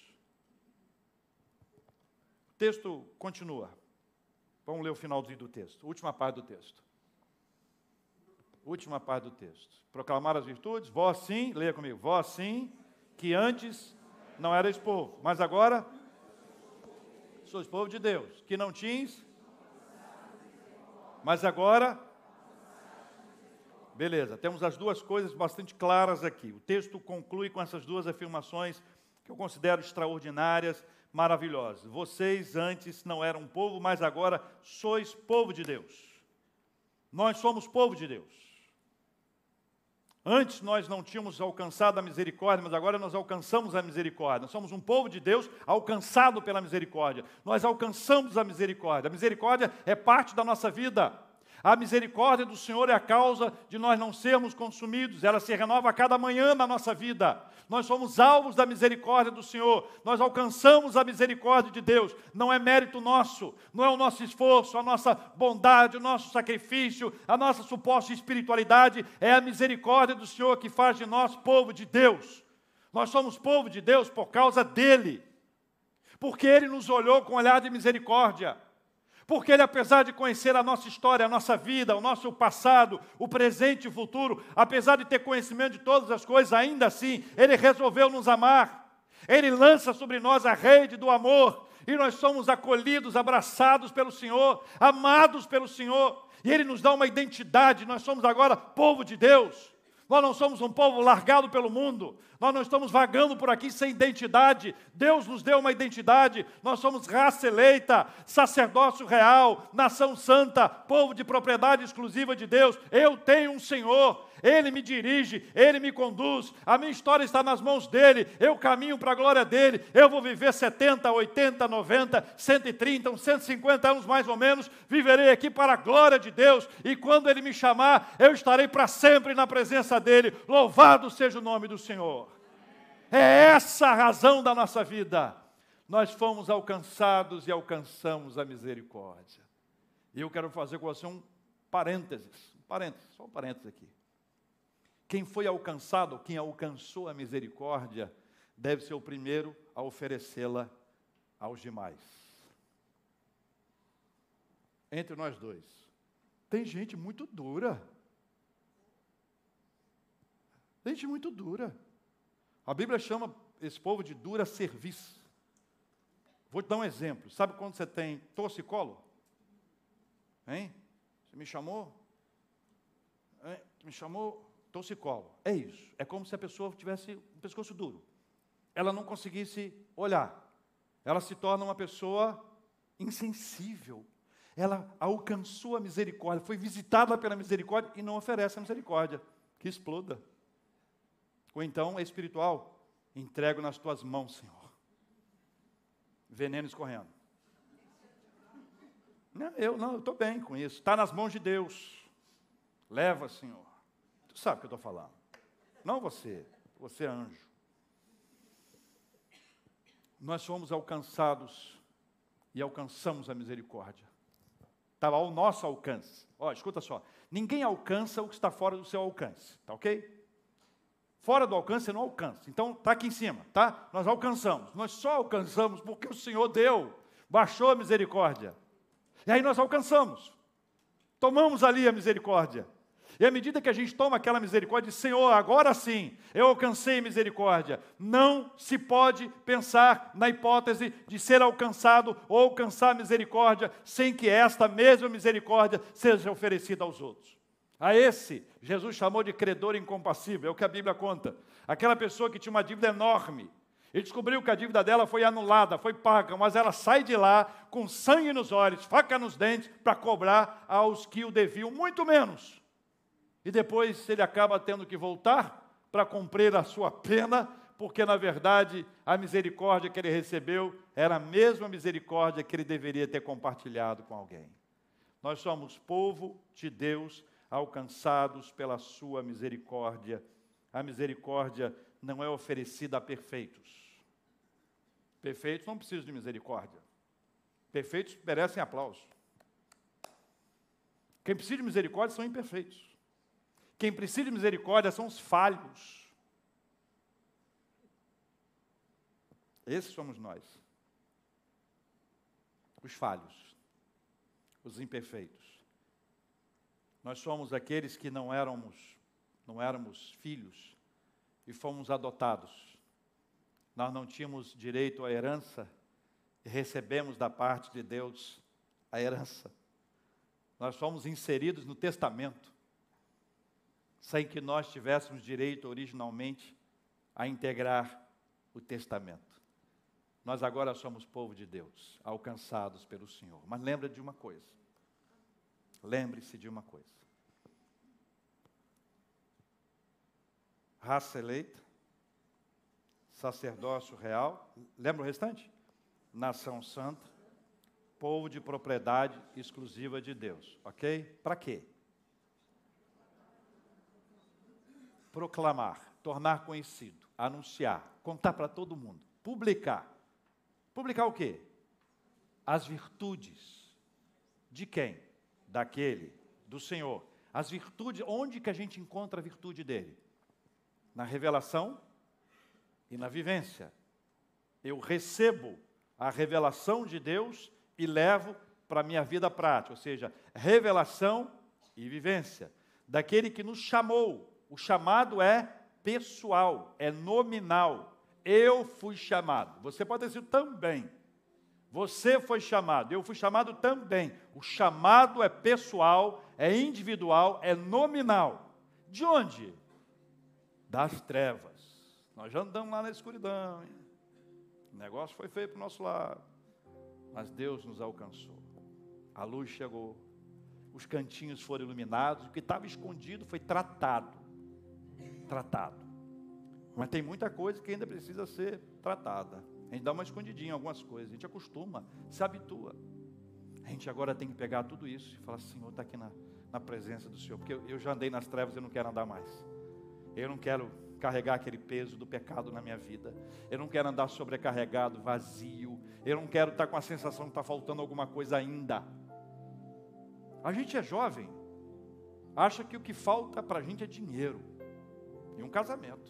O texto continua. Vamos ler o finalzinho do texto, última parte do texto. Última parte do texto. Proclamar as virtudes, vós sim, leia comigo, vós sim, que antes não erais povo, mas agora sois povo de Deus, que não tinhas, mas agora, beleza, temos as duas coisas bastante claras aqui. O texto conclui com essas duas afirmações que eu considero extraordinárias, maravilhosas. Vocês antes não eram povo, mas agora sois povo de Deus. Nós somos povo de Deus. Antes nós não tínhamos alcançado a misericórdia, mas agora nós alcançamos a misericórdia. Nós somos um povo de Deus alcançado pela misericórdia. Nós alcançamos a misericórdia. A misericórdia é parte da nossa vida. A misericórdia do Senhor é a causa de nós não sermos consumidos. Ela se renova a cada manhã na nossa vida. Nós somos alvos da misericórdia do Senhor. Nós alcançamos a misericórdia de Deus. Não é mérito nosso, não é o nosso esforço, a nossa bondade, o nosso sacrifício, a nossa suposta espiritualidade. É a misericórdia do Senhor que faz de nós povo de Deus. Nós somos povo de Deus por causa dEle. Porque Ele nos olhou com olhar de misericórdia. Porque Ele, apesar de conhecer a nossa história, a nossa vida, o nosso passado, o presente e o futuro, apesar de ter conhecimento de todas as coisas, ainda assim, Ele resolveu nos amar. Ele lança sobre nós a rede do amor, e nós somos acolhidos, abraçados pelo Senhor, amados pelo Senhor, e Ele nos dá uma identidade. Nós somos agora povo de Deus. Nós não somos um povo largado pelo mundo. Nós não estamos vagando por aqui sem identidade. Deus nos deu uma identidade. Nós somos raça eleita, sacerdócio real, nação santa, povo de propriedade exclusiva de Deus. Eu tenho um Senhor. Ele me dirige, Ele me conduz. A minha história está nas mãos dEle. Eu caminho para a glória dEle. Eu vou viver setenta, oitenta, noventa, cento e trinta, uns cento e cinquenta anos mais ou menos. Viverei aqui para a glória de Deus. E quando Ele me chamar, eu estarei para sempre na presença dEle. Louvado seja o nome do Senhor. É essa a razão da nossa vida. Nós fomos alcançados e alcançamos a misericórdia. E eu quero fazer com você um parênteses. Um parênteses, só um parênteses aqui. Quem foi alcançado, quem alcançou a misericórdia, deve ser o primeiro a oferecê-la aos demais. Entre nós dois. Tem gente muito dura. Tem gente muito dura. A Bíblia chama esse povo de dura serviço. Vou te dar um exemplo. Sabe quando você tem torcicolo? Hein? Você me chamou? Hein? Me chamou? Torcicolo. É isso. É como se a pessoa tivesse um pescoço duro. Ela não conseguisse olhar. Ela se torna uma pessoa insensível. Ela alcançou a misericórdia, foi visitada pela misericórdia e não oferece a misericórdia. que exploda. Ou então é espiritual. Entrego nas tuas mãos, Senhor. Veneno escorrendo. Não, eu não, eu estou bem com isso. Está nas mãos de Deus. Leva, Senhor. Tu sabe o que eu estou falando. Não você. Você é anjo. Nós somos alcançados e alcançamos a misericórdia. Estava ao nosso alcance. Ó, escuta só. Ninguém alcança o que está fora do seu alcance. Tá ok? Fora do alcance você não alcança. Então, está aqui em cima, tá? Nós alcançamos. Nós só alcançamos porque o Senhor deu. Baixou a misericórdia. E aí nós alcançamos. Tomamos ali a misericórdia. E à medida que a gente toma aquela misericórdia, Senhor, agora sim, eu alcancei misericórdia. Não se pode pensar na hipótese de ser alcançado ou alcançar misericórdia sem que esta mesma misericórdia seja oferecida aos outros. A esse, Jesus chamou de credor incompassível, é o que a Bíblia conta. Aquela pessoa que tinha uma dívida enorme. Ele descobriu que a dívida dela foi anulada, foi paga, mas ela sai de lá com sangue nos olhos, faca nos dentes, para cobrar aos que o deviam muito menos. E depois ele acaba tendo que voltar para cumprir a sua pena, porque na verdade a misericórdia que ele recebeu era a mesma misericórdia que ele deveria ter compartilhado com alguém. Nós somos povo de Deus, alcançados pela sua misericórdia. A misericórdia não é oferecida a perfeitos. Perfeitos não precisam de misericórdia. Perfeitos merecem aplauso. Quem precisa de misericórdia são imperfeitos. Quem precisa de misericórdia são os falhos. Esses somos nós. Os falhos. Os imperfeitos. Nós somos aqueles que não éramos, não éramos filhos e fomos adotados. Nós não tínhamos direito à herança e recebemos da parte de Deus a herança. Nós fomos inseridos no testamento, sem que nós tivéssemos direito originalmente a integrar o testamento. Nós agora somos povo de Deus, alcançados pelo Senhor. Mas lembra de uma coisa. Lembre-se de uma coisa. Raça eleita, sacerdócio real, lembra o restante? Nação santa, povo de propriedade exclusiva de Deus, ok? Para quê? Proclamar, tornar conhecido, anunciar, contar para todo mundo, publicar. Publicar o quê? As virtudes. De quem? Daquele, do Senhor. As virtudes, onde que a gente encontra a virtude dele? Na revelação e na vivência. Eu recebo a revelação de Deus e levo para a minha vida prática, ou seja, revelação e vivência. Daquele que nos chamou. O chamado é pessoal, é nominal. Eu fui chamado. Você pode ter sido também. Você foi chamado, eu fui chamado também. O chamado é pessoal, é individual, é nominal. De onde? Das trevas. Nós já andamos lá na escuridão, hein? O negócio foi feio para o nosso lado. Mas Deus nos alcançou. A luz chegou. Os cantinhos foram iluminados. O que estava escondido foi tratado. Tratado. Mas tem muita coisa que ainda precisa ser tratada. A gente dá uma escondidinha em algumas coisas. A gente acostuma, se habitua. A gente agora tem que pegar tudo isso e falar, Senhor, está aqui na, na presença do Senhor. Porque eu, eu já andei nas trevas e eu não quero andar mais. Eu não quero carregar aquele peso do pecado na minha vida. Eu não quero andar sobrecarregado, vazio. Eu não quero estar com a sensação que está faltando alguma coisa ainda. A gente é jovem. Acha que o que falta para a gente é dinheiro. E um casamento.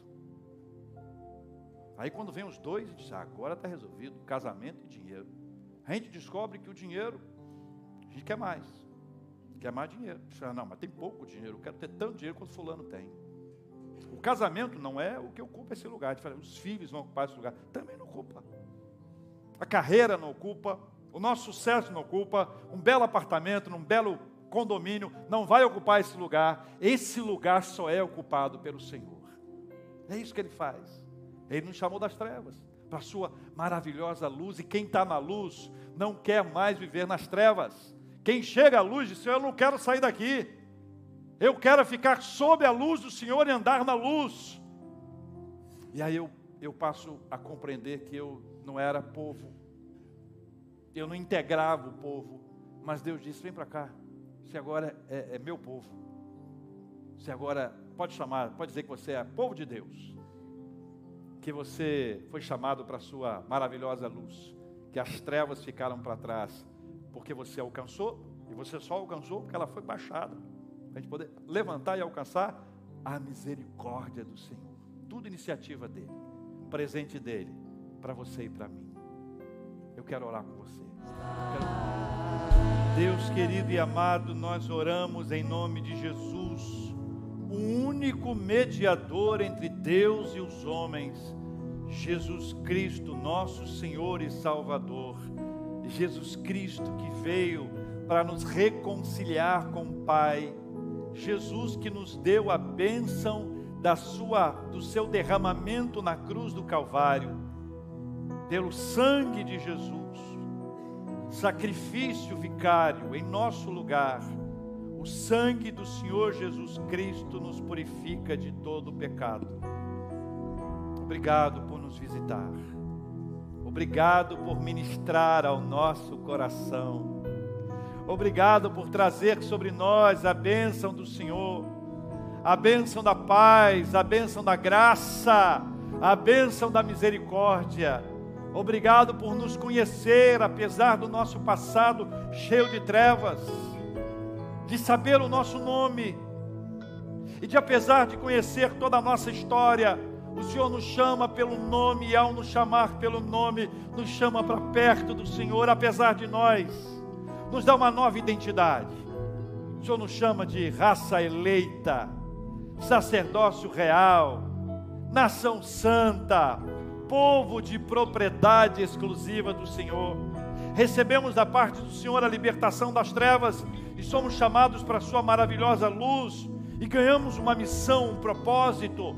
Aí quando vem os dois, a gente diz, ah, agora está resolvido, casamento e dinheiro. A gente descobre que o dinheiro, a gente quer mais. Quer mais dinheiro. Diz, ah, não, mas tem pouco dinheiro, eu quero ter tanto dinheiro quanto fulano tem. O casamento não é o que ocupa esse lugar. Os filhos vão ocupar esse lugar. Também não ocupa. A carreira não ocupa, o nosso sucesso não ocupa, um belo apartamento, num belo condomínio, não vai ocupar esse lugar. Esse lugar só é ocupado pelo Senhor. É isso que Ele faz. Ele nos chamou das trevas para a sua maravilhosa luz. E quem está na luz não quer mais viver nas trevas. Quem chega à luz diz, eu não quero sair daqui. Eu quero ficar sob a luz do Senhor e andar na luz. E aí eu, eu passo a compreender que eu não era povo. Eu não integrava o povo. Mas Deus disse, vem para cá. Você agora é, é meu povo. Você agora pode chamar, pode dizer que você é povo de Deus. Que você foi chamado para a sua maravilhosa luz. Que as trevas ficaram para trás. Porque você alcançou. E você só alcançou porque ela foi baixada. Para a gente poder levantar e alcançar a misericórdia do Senhor. Tudo iniciativa dele. Presente dele. Para você e para mim. Eu quero orar com você. Eu quero... Deus querido e amado, nós oramos em nome de Jesus. O único mediador entre Deus e os homens. Jesus Cristo, nosso Senhor e Salvador. Jesus Cristo que veio para nos reconciliar com o Pai. Jesus que nos deu a bênção da sua, do seu derramamento na cruz do Calvário, pelo sangue de Jesus, sacrifício vicário em nosso lugar. O sangue do Senhor Jesus Cristo nos purifica de todo o pecado. Obrigado por nos visitar. Obrigado por ministrar ao nosso coração. Obrigado por trazer sobre nós a bênção do Senhor, a bênção da paz, a bênção da graça, a bênção da misericórdia. Obrigado por nos conhecer, apesar do nosso passado cheio de trevas, de saber o nosso nome, e de apesar de conhecer toda a nossa história, o Senhor nos chama pelo nome, e ao nos chamar pelo nome, nos chama para perto do Senhor, apesar de nós. Nos dá uma nova identidade. O Senhor nos chama de raça eleita, sacerdócio real, nação santa, povo de propriedade exclusiva do Senhor. Recebemos da parte do Senhor a libertação das trevas e somos chamados para a sua maravilhosa luz e ganhamos uma missão, um propósito: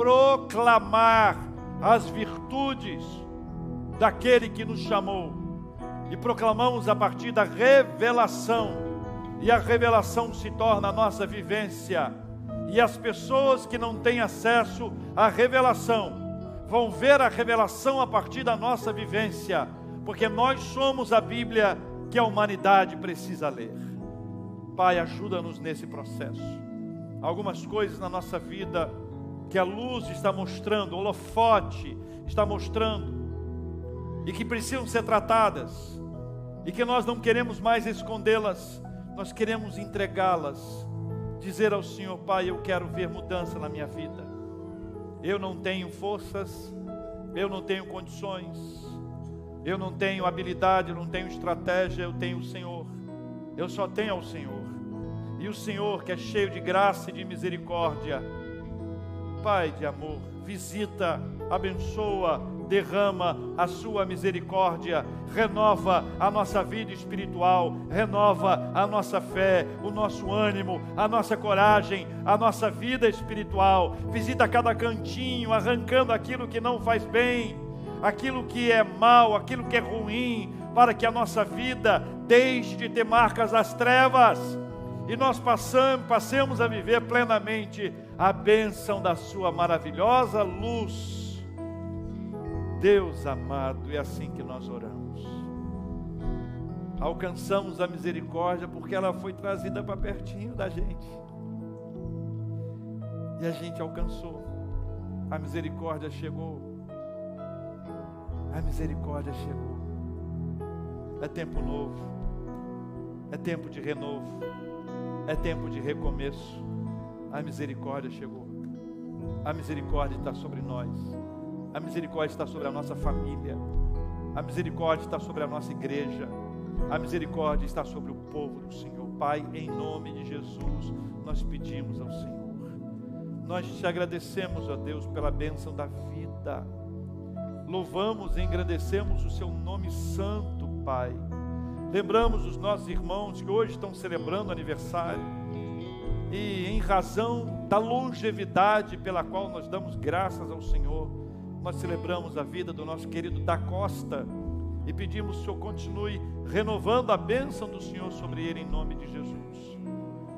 proclamar as virtudes daquele que nos chamou. E proclamamos a partir da revelação, e a revelação se torna a nossa vivência, e as pessoas que não têm acesso à revelação, vão ver a revelação a partir da nossa vivência, porque nós somos a Bíblia que a humanidade precisa ler. Pai, ajuda-nos nesse processo. Algumas coisas na nossa vida que a luz está mostrando, o holofote está mostrando, e que precisam ser tratadas, e que nós não queremos mais escondê-las, nós queremos entregá-las, dizer ao Senhor: Pai, eu quero ver mudança na minha vida. Eu não tenho forças, eu não tenho condições, eu não tenho habilidade, eu não tenho estratégia, eu tenho o Senhor. Eu só tenho ao Senhor. E o Senhor, que é cheio de graça e de misericórdia, Pai de amor, visita, abençoa, derrama a sua misericórdia, renova a nossa vida espiritual, renova a nossa fé, o nosso ânimo, a nossa coragem, a nossa vida espiritual. Visita cada cantinho, arrancando aquilo que não faz bem, aquilo que é mal, aquilo que é ruim, para que a nossa vida deixe de ter marcas das trevas e nós passamos, passemos a viver plenamente a bênção da sua maravilhosa luz. Deus amado, é assim que nós oramos. Alcançamos a misericórdia porque ela foi trazida para pertinho da gente. E a gente alcançou. A misericórdia chegou. A misericórdia chegou. É tempo novo. É tempo de renovo. É tempo de recomeço. A misericórdia chegou. A misericórdia está sobre nós. A misericórdia está sobre a nossa família. A misericórdia está sobre a nossa igreja. A misericórdia está sobre o povo do Senhor. Pai, em nome de Jesus, nós pedimos ao Senhor. Nós te agradecemos, ó Deus, pela bênção da vida. Louvamos e engrandecemos o seu nome santo, Pai. Lembramos os nossos irmãos que hoje estão celebrando aniversário. E em razão da longevidade pela qual nós damos graças ao Senhor, nós celebramos a vida do nosso querido Da Costa e pedimos que o Senhor continue renovando a bênção do Senhor sobre ele em nome de Jesus.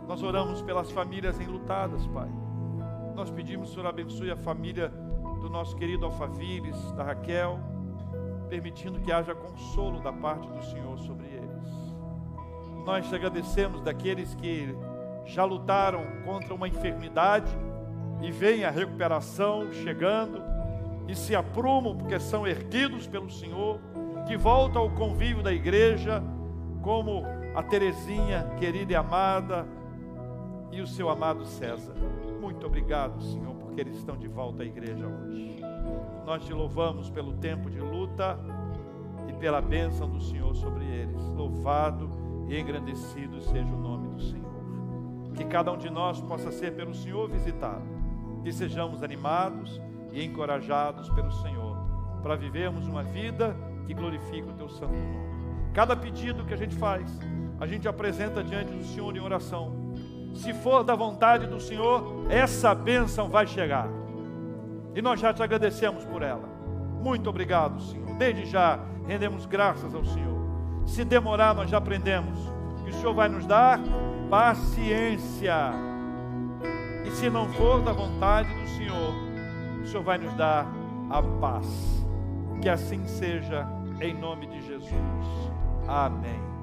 Nós oramos pelas famílias enlutadas, Pai. Nós pedimos que o Senhor abençoe a família do nosso querido Alphaville, da Raquel, permitindo que haja consolo da parte do Senhor sobre eles. Nós te agradecemos daqueles que já lutaram contra uma enfermidade e veem a recuperação chegando e se aprumam porque são erguidos pelo Senhor, que voltam ao convívio da igreja, como a Terezinha, querida e amada, e o seu amado César. Muito obrigado, Senhor, porque eles estão de volta à igreja hoje. Nós te louvamos pelo tempo de luta e pela bênção do Senhor sobre eles. Louvado e engrandecido seja o nome do Senhor. Que cada um de nós possa ser pelo Senhor visitado, que sejamos animados e encorajados pelo Senhor, para vivermos uma vida que glorifica o teu santo nome. Cada pedido que a gente faz, a gente apresenta diante do Senhor em oração. Se for da vontade do Senhor, essa bênção vai chegar. E nós já te agradecemos por ela. Muito obrigado, Senhor. Desde já, rendemos graças ao Senhor. Se demorar, nós já aprendemos que o Senhor vai nos dar paciência. E se não for da vontade do Senhor, o Senhor vai nos dar a paz. Que assim seja, em nome de Jesus. Amém.